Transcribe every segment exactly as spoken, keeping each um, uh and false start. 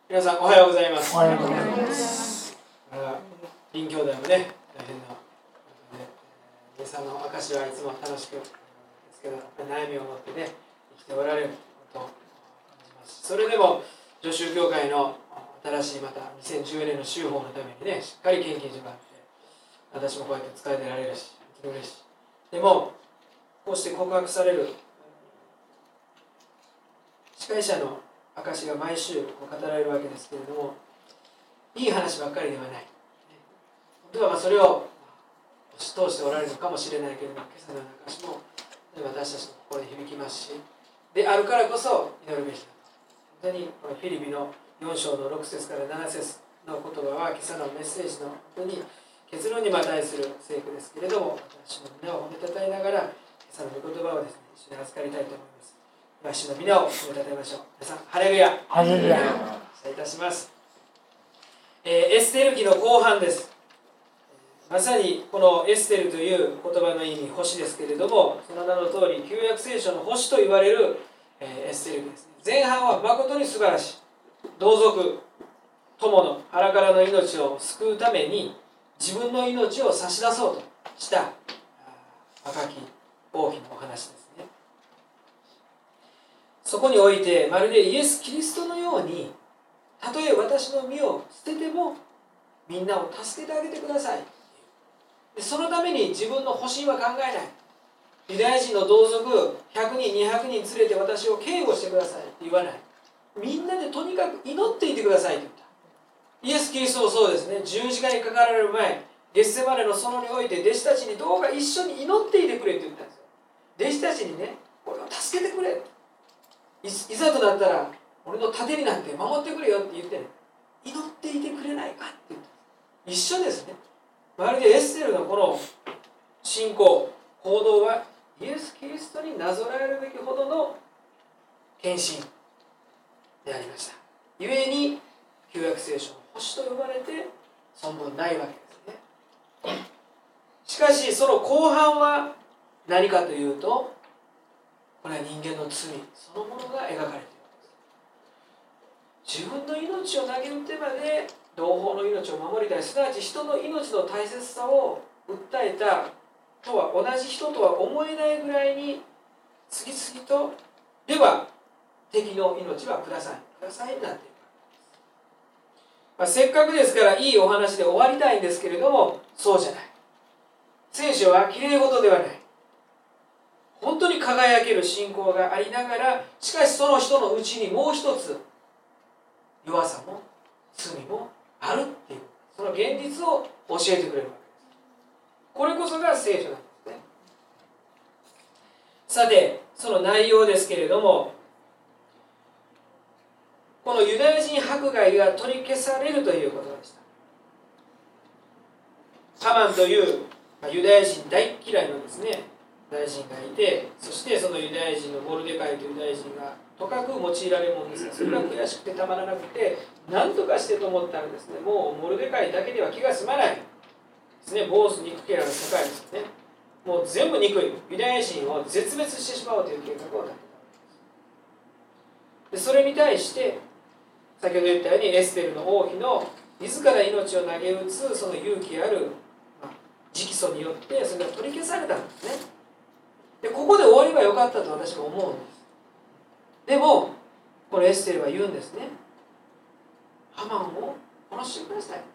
皆さんおはようございます。 おはようございます。 林兄弟もね、大変なことで、皆さんの証はいつも楽しくですけど、悩みを持ってね、生きておられることを感じます。それでも、女州教会の新しいまたにせんじゅうねんの修法のためにね、しっかり献金所があって、私もこうやって使えてられるし、本当に嬉しい。でも、こうして告白される司会者の証が毎週語られるわけですけれども、いい話ばっかりではない。本当はまあそれを押し通しておられるのかもしれないけれども、今朝の証も私たちの心に響きますし、であるからこそ祈るべきだと。本当にこのフィリピのよん章のろく節からなな節の言葉は今朝のメッセージの本当に結論に値する聖句ですけれども、私の皆を褒めたたえながら今朝の御言葉をですね、一緒に預かりたいと思います。私の皆を褒めたたえましょう。皆さん、ハレルヤ。 ハレルヤ。 お伝えいたします。えー、エステル記の後半です。まさにこのエステルという言葉の意味、星ですけれども、その名の通り、旧約聖書の星と言われる、えー、エステル記ですね。前半は誠に素晴らしい。同族、友の腹からの命を救うために、自分の命を差し出そうとした若き王妃のお話ですね。そこにおいて、まるでイエス・キリストのように、たとえ私の身を捨てても、みんなを助けてあげてください。でそのために自分の保身は考えない。ユダヤ人の同族ひゃくにん、にひゃくにん連れて私を警護してくださいって言わない。みんなでとにかく祈っていてくださいと言った。イエス・キリストもそうですね。十字架にかかられる前、ゲッセマネの園において弟子たちにどうか一緒に祈っていてくれって言ったんですよ。弟子たちにね、俺を助けてくれ。い, いざとなったら俺の盾になって守ってくれよって言ってね、祈っていてくれないかって言った。一緒ですね。まるでエステルのこの信仰、行動はイエス・キリストになぞらえるべきほどの献身でありました。ゆえに旧約聖書の星と呼ばれて存分ないわけですね。しかしその後半は何かというと、これは人間の罪そのものが描かれているんです。自分の命を投げ打ってまで同胞の命を守りたい、すなわち人の命の大切さを訴えたとは同じ人とは思えないぐらいに次々と、では敵の命はくださいくださいになっているわけです。まあ、せっかくですからいいお話で終わりたいんですけれども、そうじゃない。聖書はきれい事ではない。本当に輝ける信仰がありながら、しかしその人のうちにもう一つ弱さも罪もあるっていう、その現実を教えてくれるわけです。これこそが聖書なんですね。さて、その内容ですけれども、このユダヤ人迫害が取り消されるということでした。ハマンというユダヤ人大嫌いのですね、ユダヤ人がいて、そしてそのユダヤ人のモルデカイというユダヤ人がとかく用いられるものですが、それが悔しくてたまらなくて、何とかしてと思ったらですね、もうモルデカイだけでは気が済まないですね。坊主憎けらの世界ですね。もう全部憎いユダヤ人を絶滅してしまおうという計画を立てたわけです。でそれに対して先ほど言ったようにエステルの王妃の自ら命を投げ打つその勇気ある直訴によってそれが取り消されたんですね。でここで終わりばよかったと私は思うんです。でもこのエステルは言うんですね。ハマンを殺してください。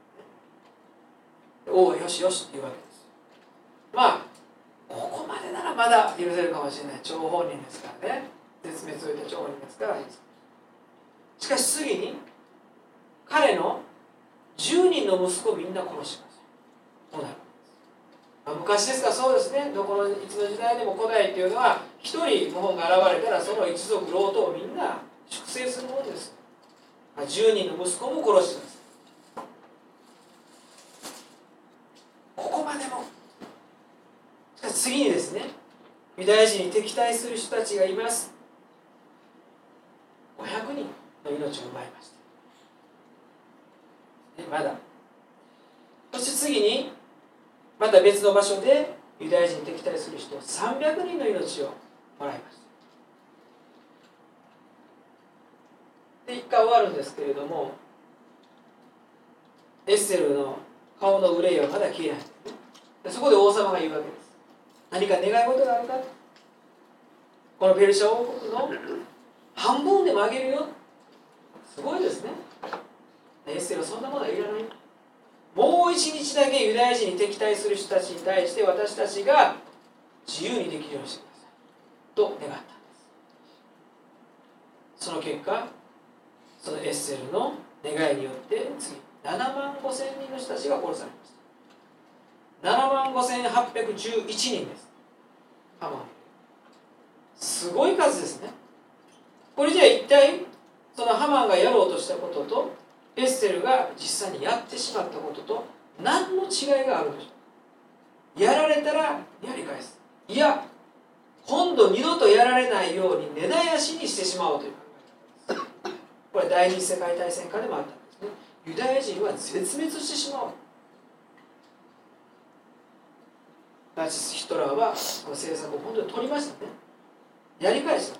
王はよしよしって言うわけです。まあここまでならまだ許せるかもしれない。張本人ですからね。絶滅を言った張本人ですから。しかし次に彼のじゅうにんの息子をみんな殺します。どうなるんです。まあ、昔ですからそうですね。どこのいつの時代でも古代っていうのは一人謀反が現れたらその一族老頭をみんな粛清するものです。まあ、じゅうにんの息子も殺します。ここまでも。しかし次にですね、ユダヤ人に敵対する人たちがいます。ごひゃくにんの命を奪いました。まだ。そして次に、また別の場所でユダヤ人に敵対する人さんびゃくにんの命をもらいました。で回終わるんですけれども、エッセルの顔の憂いはまだ消えないんですね。でそこで王様が言うわけです。何か願い事があるか、このペルシャ王国の半分でもあげるよ。すごいですね。エッセルはそんなものはいらない。もう一日だけユダヤ人に敵対する人たちに対して私たちが自由にできるようにしてくださいと願ったんです。その結果、そのエッセルの願いによって次ななまんごせんにんの人たちが殺されました。ななまんごせんはっぴゃくじゅういちにんです。ハマン、すごい数ですね。これじゃあ一体そのハマンがやろうとしたこととエッセルが実際にやってしまったことと何の違いがあるんでしょう。やられたらやり返す、いや今度二度とやられないように根絶やしにしてしまおうという考え方です。これ第二次世界大戦下でもあったんですね。ユダヤ人は絶滅してしまう。ナチスヒトラーはこの政策を本当に取りましたね。やり返した。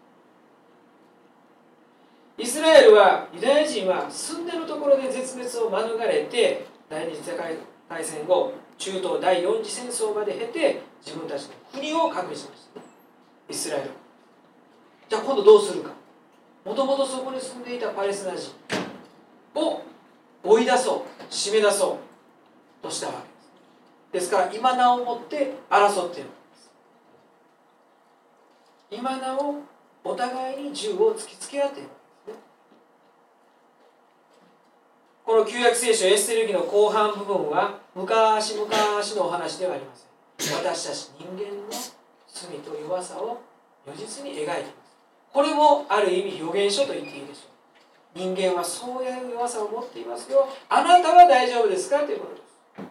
イスラエルはユダヤ人は住んでるところで絶滅を免れて第二次世界大戦後中東第四次戦争まで経て自分たちの国を確立しましたね、イスラエル。じゃあ今度どうするか。もともとそこに住んでいたパレスチナ人を追い出そう、締め出そうとしたわけです。ですから今なおもって争っているわけです。今なおお互いに銃を突きつけ合っているわけですね。この旧約聖書エッセル記の後半部分は昔々のお話ではありません。私たち人間の罪と弱さを如実に描いています。これもある意味予言書と言っていいでしょう。人間はそういう弱さを持っていますよ、あなたは大丈夫ですかということです。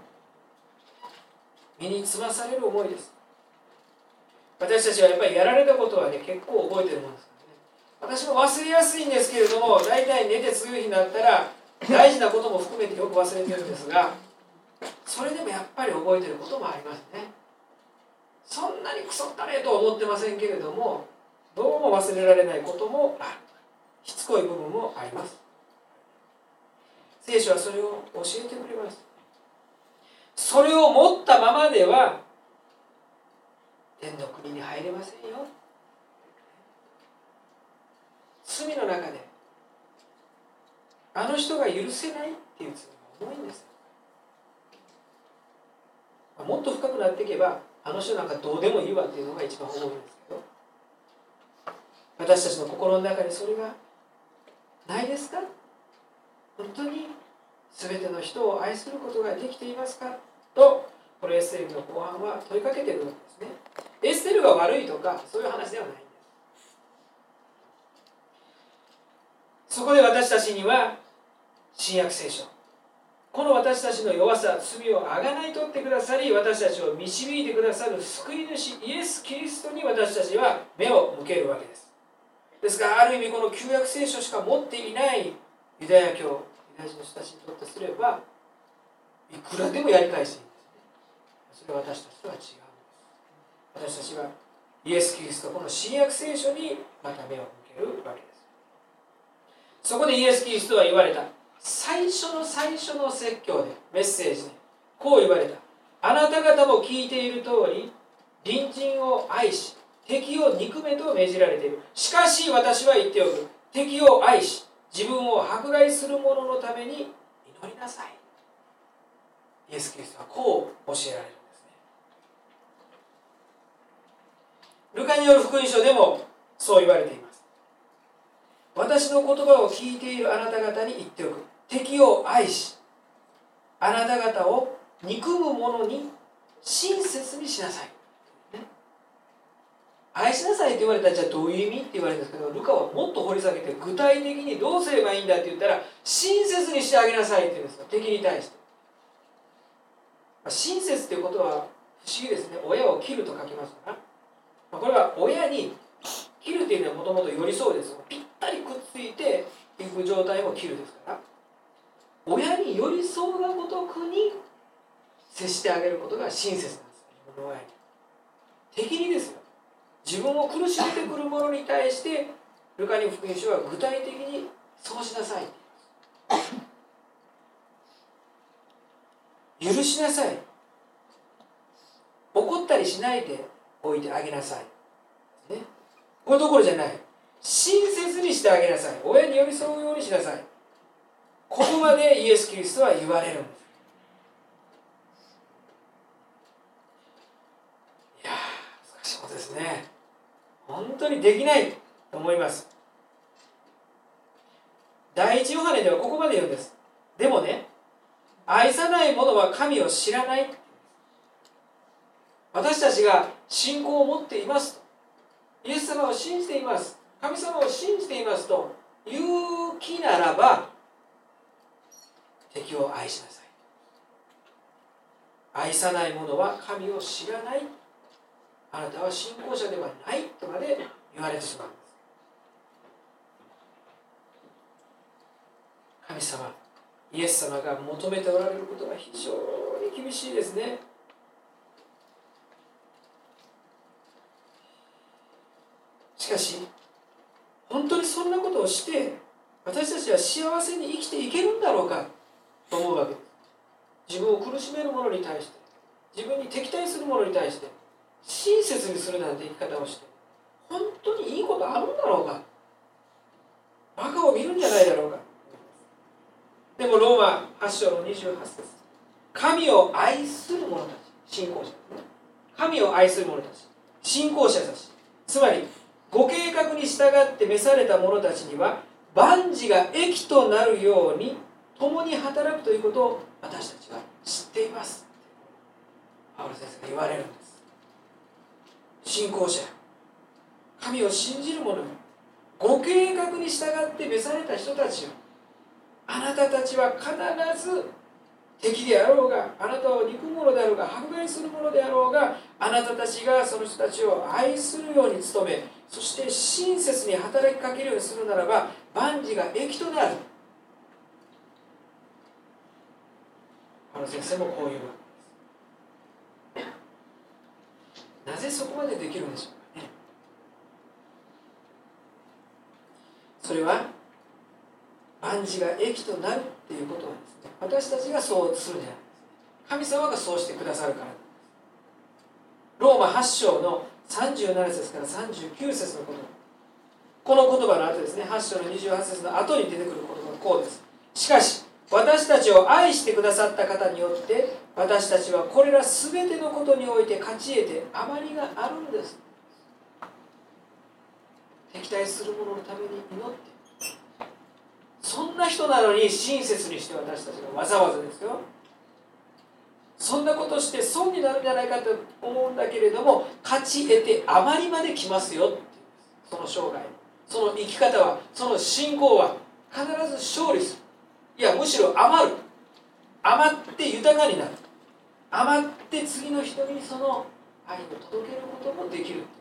身につまされる思いです。私たちはやっぱりやられたことはね結構覚えてるもんですからね。私も忘れやすいんですけれども、大体寝て次の日になったら大事なことも含めてよく忘れてるんですが、それでもやっぱり覚えてることもありますね。そんなにクソったれとは思ってませんけれども、どうも忘れられないこともある。しつこい部分もあります。聖書はそれを教えてくれます。それを持ったままでは天の国に入れませんよ。罪の中であの人が許せないっていう罪が重いんです。もっと深くなっていけばあの人なんかどうでもいいわっていうのが一番重いんですけど、私たちの心の中にそれがないですか。本当に全ての人を愛することができていますかと、このエッセルの後半は問いかけているわけですね。エステルが悪いとかそういう話ではないんです。そこで私たちには新約聖書、この私たちの弱さ、罪をあがない取ってくださり、私たちを導いてくださる救い主イエス・キリストに私たちは目を向けるわけです。ですが、ある意味この旧約聖書しか持っていないユダヤ教、ユダヤ人の人たちにとってすればいくらでもやり返していいんですね。それは私たちとは違うんです。私たちはイエス・キリスト、この新約聖書にまた目を向けるわけです。そこでイエス・キリストは言われた。最初の最初の説教で、メッセージでこう言われた。あなた方も聞いている通り、隣人を愛し敵を憎めと命じられている。しかし私は言っておく。敵を愛し自分を迫害する者のために祈りなさい。イエス・キリストはこう教えられるんですね。ルカによる福音書でもそう言われています。私の言葉を聞いているあなた方に言っておく。敵を愛しあなた方を憎む者に親切にしなさい、ね、愛しなさいって言われたらじゃあどういう意味って言われるんですけど、ルカはもっと掘り下げて具体的にどうすればいいんだって言ったら親切にしてあげなさいって言うんですよ。敵に対して。親切っていうことは不思議ですね。親を切ると書きますから、これは親に切るっていうのはもともと寄り添うです。ぴったりくっついていく状態を切るですから、親に寄り添うがごとくに接してあげることが親切なんです。自分の親に。敵にですよ。自分を苦しめてくる者に対してルカに福音書は具体的にそうしなさい。許しなさい。怒ったりしないでおいてあげなさい、ね、これどころじゃない。親切にしてあげなさい。親に寄り添うようにしなさい。ここまでイエス・キリストは言われるんです。いやー、難しいことですね。本当にできないと思います。第一ヨハネではここまで言うんです。でもね、愛さない者は神を知らない。私たちが信仰を持っていますと、イエス様を信じています、神様を信じていますという気ならば、敵を愛しなさい。愛さない者は神を知らない。あなたは信仰者ではないとまで言われてしまうんです。神様、イエス様が求めておられることは非常に厳しいですね。しかし、本当にそんなことをして私たちは幸せに生きていけるんだろうかと思うわけです。自分を苦しめる者に対して、自分に敵対する者に対して親切にするなんて生き方をして本当にいいことあるんだろうか。バカを見るんじゃないだろうか。でもローマはち章のにじゅうはち節、神を愛する者たち、信仰者ですね、神を愛する者たち、信仰者たち、つまりご計画に従って召された者たちには万事が益となるように共に働くということを私たちは知っています。パウロ先生が言われるんです。信仰者、神を信じる者に、ご計画に従って召された人たちを、あなたたちは必ず敵であろうが、あなたを憎む者であろうが、迫害する者であろうが、あなたたちがその人たちを愛するように努め、そして親切に働きかけるようにするならば万事が益となる。パウロ先生もこういうわけです。なぜそこまでできるんでしょうかね。それは万事が益となるっていうことはですね、私たちがそうするんじゃないです。神様がそうしてくださるからです。ローマはち章のさんじゅうなな節からさんじゅうきゅう節のこと、この言葉の後ですね、はち章のにじゅうはち節の後に出てくる言葉はこうです。しかし私たちを愛してくださった方によって私たちはこれら全てのことにおいて勝ち得て余りがあるんです。敵対する者のために祈って、そんな人なのに親切にして私たちがわざわざですよ、そんなことして損になるんじゃないかと思うんだけれども、勝ち得て余りまで来ますよっていう。その生涯、その生き方は、その信仰は必ず勝利する。いや、むしろ余る。余って豊かになる。余って次の人にその愛を届けることもできる。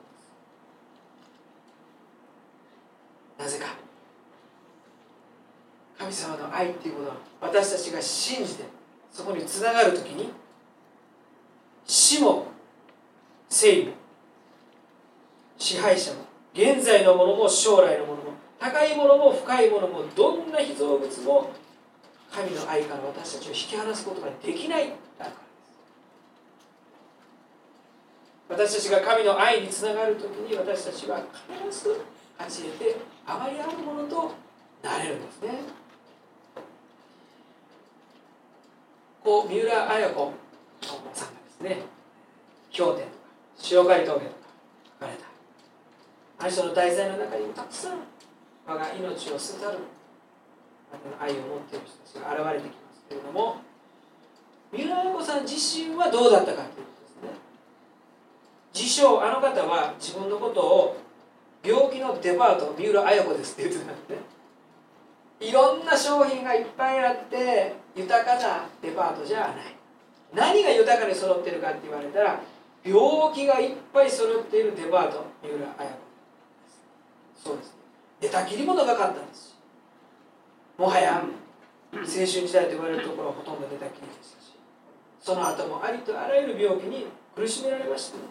なぜか、神様の愛っていうものは私たちが信じてそこにつながるときに、死も生も支配者も現在のものも将来のものも高いものも深いものもどんな被造物も神の愛から私たちを引き離すことができないだからです。私たちが神の愛につながるときに、私たちは必ず勝ち得て余りあるものとなれるんですね。こう三浦綾子さんがですね、氷点とか塩刈峠とか書かれたあの人の題材の中にもたくさん我が命を捨てたる愛を持っている人たちが現れてきますけれども、三浦綾子さん自身はどうだったかということですね。自称、あの方は自分のことを病気のデパート三浦綾子ですって言ってたんですね。いろんな商品がいっぱいあって豊かなデパートじゃない。何が豊かに揃ってるかって言われたら、病気がいっぱい揃っているデパート、三浦綾子。そうですね。寝たきりも長かったんですし、もはや青春時代と言われるところはほとんど寝たきりでしたし、その後もありとあらゆる病気に苦しめられました。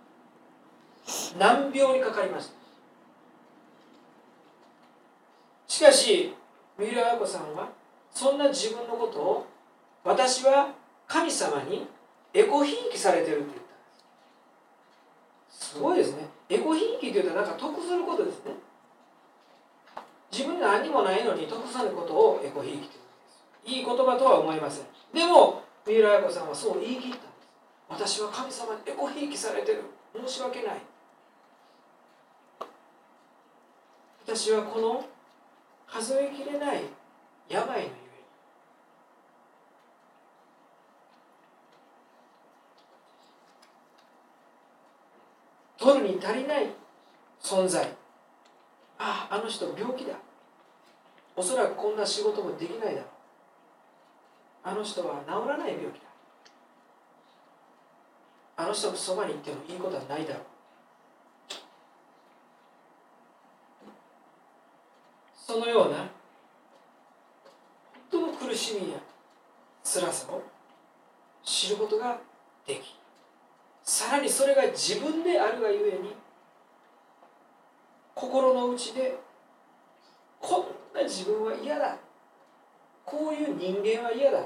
難病にかかりました。 しかし三浦綾子さんはそんな自分のことを、私は神様にエコひいきされてるって言ったんです。すごいですね。エコひいきって言うとなんか得することですね。自分に何もないのに得さることをエコひいきと言うんです。いい言葉とは思いません。でも三浦綾子さんはそう言い切ったんです。私は神様にエコひいきされてる。申し訳ない。私はこの数えきれない病のゆえに、取るに足りない存在。ああ、あの人病気だ。おそらくこんな仕事もできないだろう。あの人は治らない病気だ。あの人のそばに行ってもいいことはないだろう。そのような本当の苦しみや辛さを知ることができ、さらにそれが自分であるがゆえに、心の内でこんな自分は嫌だ、こういう人間は嫌だ、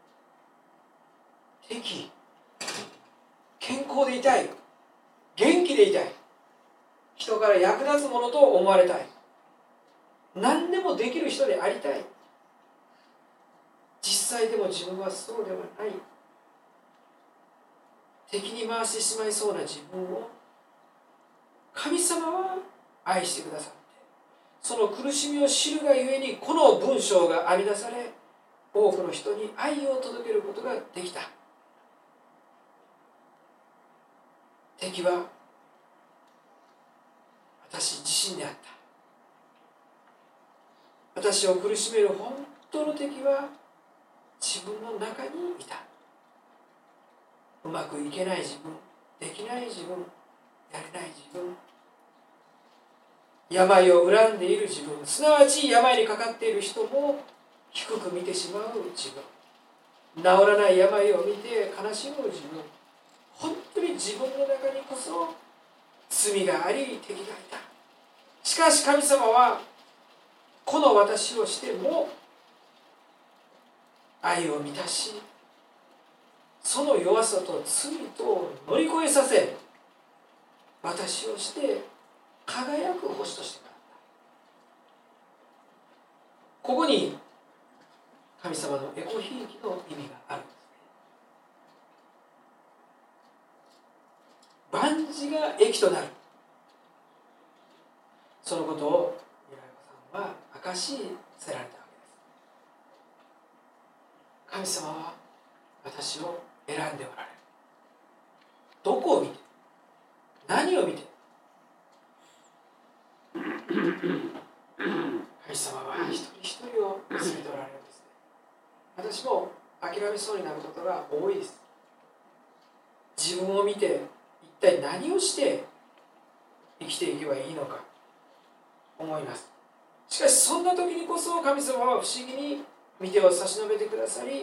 敵、健康でいたい、元気でいたい、人から役立つものと思われたい、何でもできる人でありたい。実際でも自分はそうではない。敵に回してしまいそうな自分を神様は愛してくださって、その苦しみを知るがゆえにこの文章が編み出され、多くの人に愛を届けることができた。敵は私自身であった。私を苦しめる本当の敵は自分の中にいた。うまくいけない自分、できない自分、やれない自分、病を恨んでいる自分、すなわち病にかかっている人も低く見てしまう自分、治らない病を見て悲しむ自分、本当に自分の中にこそ罪があり敵がいた。しかし神様はこの私をしても愛を満たし、その弱さと罪と乗り越えさせ、私をして輝く星としてくださった。ここに神様のエコひいきの意味があるんですね。万事が益となる、そのことを三浦子さんは明かしせられたわけです。神様は私を選んでおられる。どこを見て、何を見て、神様は一人一人を見つめておられるんですね。私も諦めそうになることが多いです。自分を見て一体何をして生きていけばいいのか思います。しかしそんな時にこそ神様は不思議に御手を差し伸べてくださり、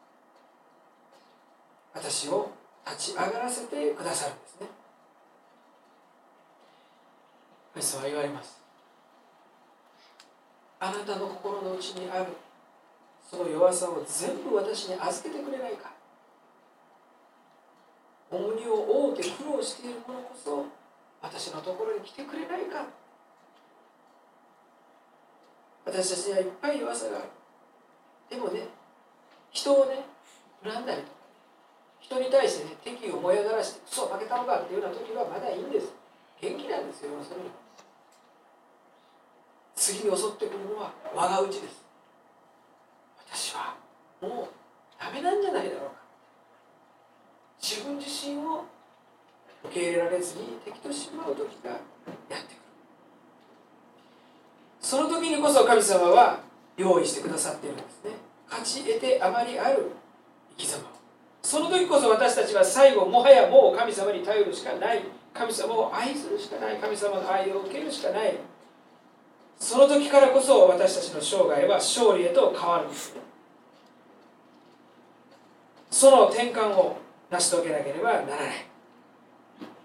私を立ち上がらせてくださるんですね。神様は言われます。あなたの心の内にあるその弱さを全部私に預けてくれないか。重荷を負うて苦労している者こそ私のところに来てくれないか。私たちにはいっぱい弱さがある。でもね、人をね恨んだりとか、人に対してね敵意を燃え上がらして、そう負けたのかっていうような時はまだいいんです。元気なんですよ。それに次に襲ってくるのは我が内です。私はもうダメなんじゃないだろうか。自分自身を受け入れられずに敵としまう時がやってくる。その時にこそ神様は用意してくださっているんですね。勝ち得てあまりある生き様を。その時こそ私たちは最後もはやもう神様に頼るしかない、神様を愛するしかない、神様の愛を受けるしかない。その時からこそ私たちの生涯は勝利へと変わるんですね。その転換を成し遂げなければならない。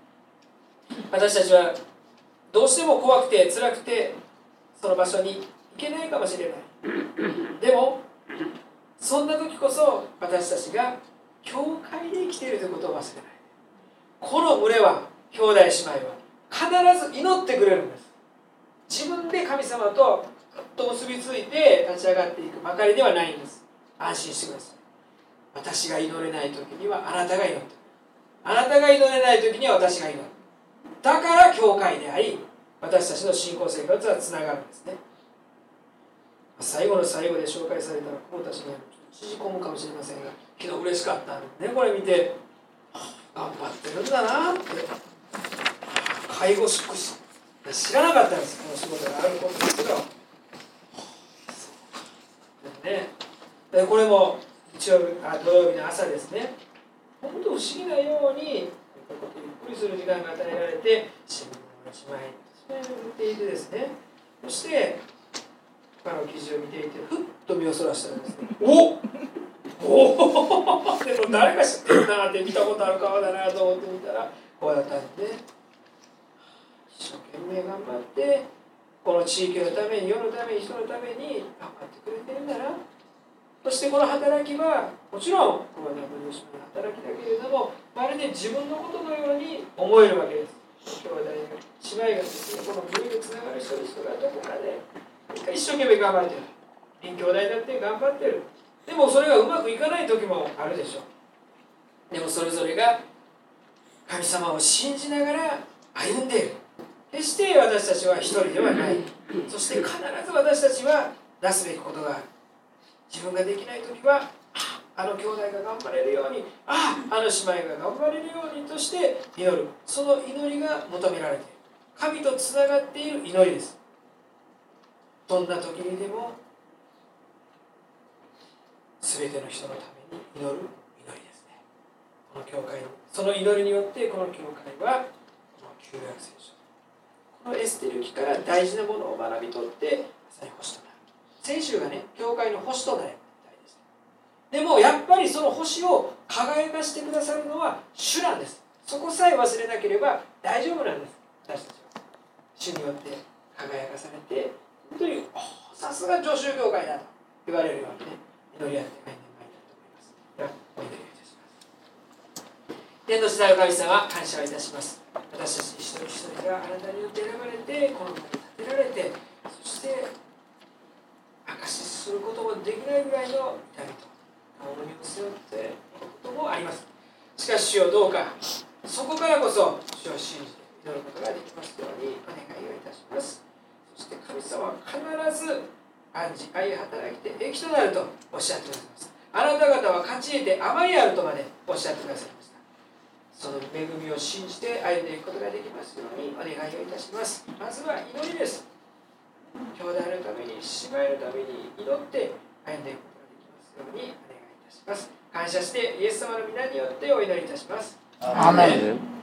私たちはどうしても怖くて辛くてその場所にけないかもしれない。でもそんな時こそ私たちが教会で生きているということを忘れない。この群れは、兄弟姉妹は必ず祈ってくれるんです。自分で神様とぐっと結びついて立ち上がっていくばかりではないんです。安心してください。私が祈れない時にはあなたが祈ってくれる。あなたが祈れない時には私が祈る。だから教会であり、私たちの信仰生活はつながるんですね。最後の最後で紹介されたら子供たちに縮こむかもしれませんが、昨日嬉しかったね、これ見て、頑張ってるんだなって。介護福祉、知らなかったんです、この仕事があることですけど。ね、でこれも日曜日あ土曜日の朝ですね。本当不思議なようにゆっくりする時間が与えられて、新聞の一枚一枚を見ていてですね、そして他の記事を見ていてふっと目をそらしたらですね、おっおおでも誰が知ってるなって見たことある顔だなと思ってみたら、こうやったんで一生懸命頑張ってこの地域のために、世のために、人のために頑張ってくれてるんだな。そしてこの働きはもちろんこの ダブリューシー の働きだけれども、まるで自分のことのように思えるわけです。兄弟が姉妹がですね、この群れでつながる人々がどこかで一生懸命頑張ってる。兄弟だって頑張ってる。でもそれがうまくいかない時もあるでしょう。でもそれぞれが神様を信じながら歩んでいる。決して私たちは一人ではない。そして必ず私たちはなすべきことがある。自分ができない時は、あの兄弟が頑張れるように、ああ、あの姉妹が頑張れるようにとして祈る。その祈りが求められている。神とつながっている祈りです。どんな時にでも全ての人のために祈る祈りですね。この教会、その祈りによってこの教会はこの旧約聖書、このエステル記から大事なものを学び取ってまさに星となる。先週がね、教会の星となるみたいです。でもやっぱりその星を輝かしてくださるのは主なんです。そこさえ忘れなければ大丈夫なんです。私たちは主によって輝かされて、本当にさすが女宗教会だと言われるようにね、祈り合って帰ってまいりたいと思います。ではお祈りいたします。天の時代の神様、感謝をいたします。私たち一人一人があなたによって選ばれて、この場に立てられて、そして証しすることもできないぐらいの痛みと重荷を背負っていることもあります。しかし主よ、どうかそこからこそ主を信じて祈ることができますようにお願いをいたします。そして神様は必ず暗示、愛、働きて益となるとおっしゃってくださいました。あなた方は勝ち得てあまりあるとまでおっしゃってくださいました。その恵みを信じて歩んでいくことができますようにお願いをいたします。まずは祈りです。兄弟のために、姉妹のために祈って歩んでいくことができますようにお願いいたします。感謝してイエス様の皆によってお祈りいたします。 アーメン。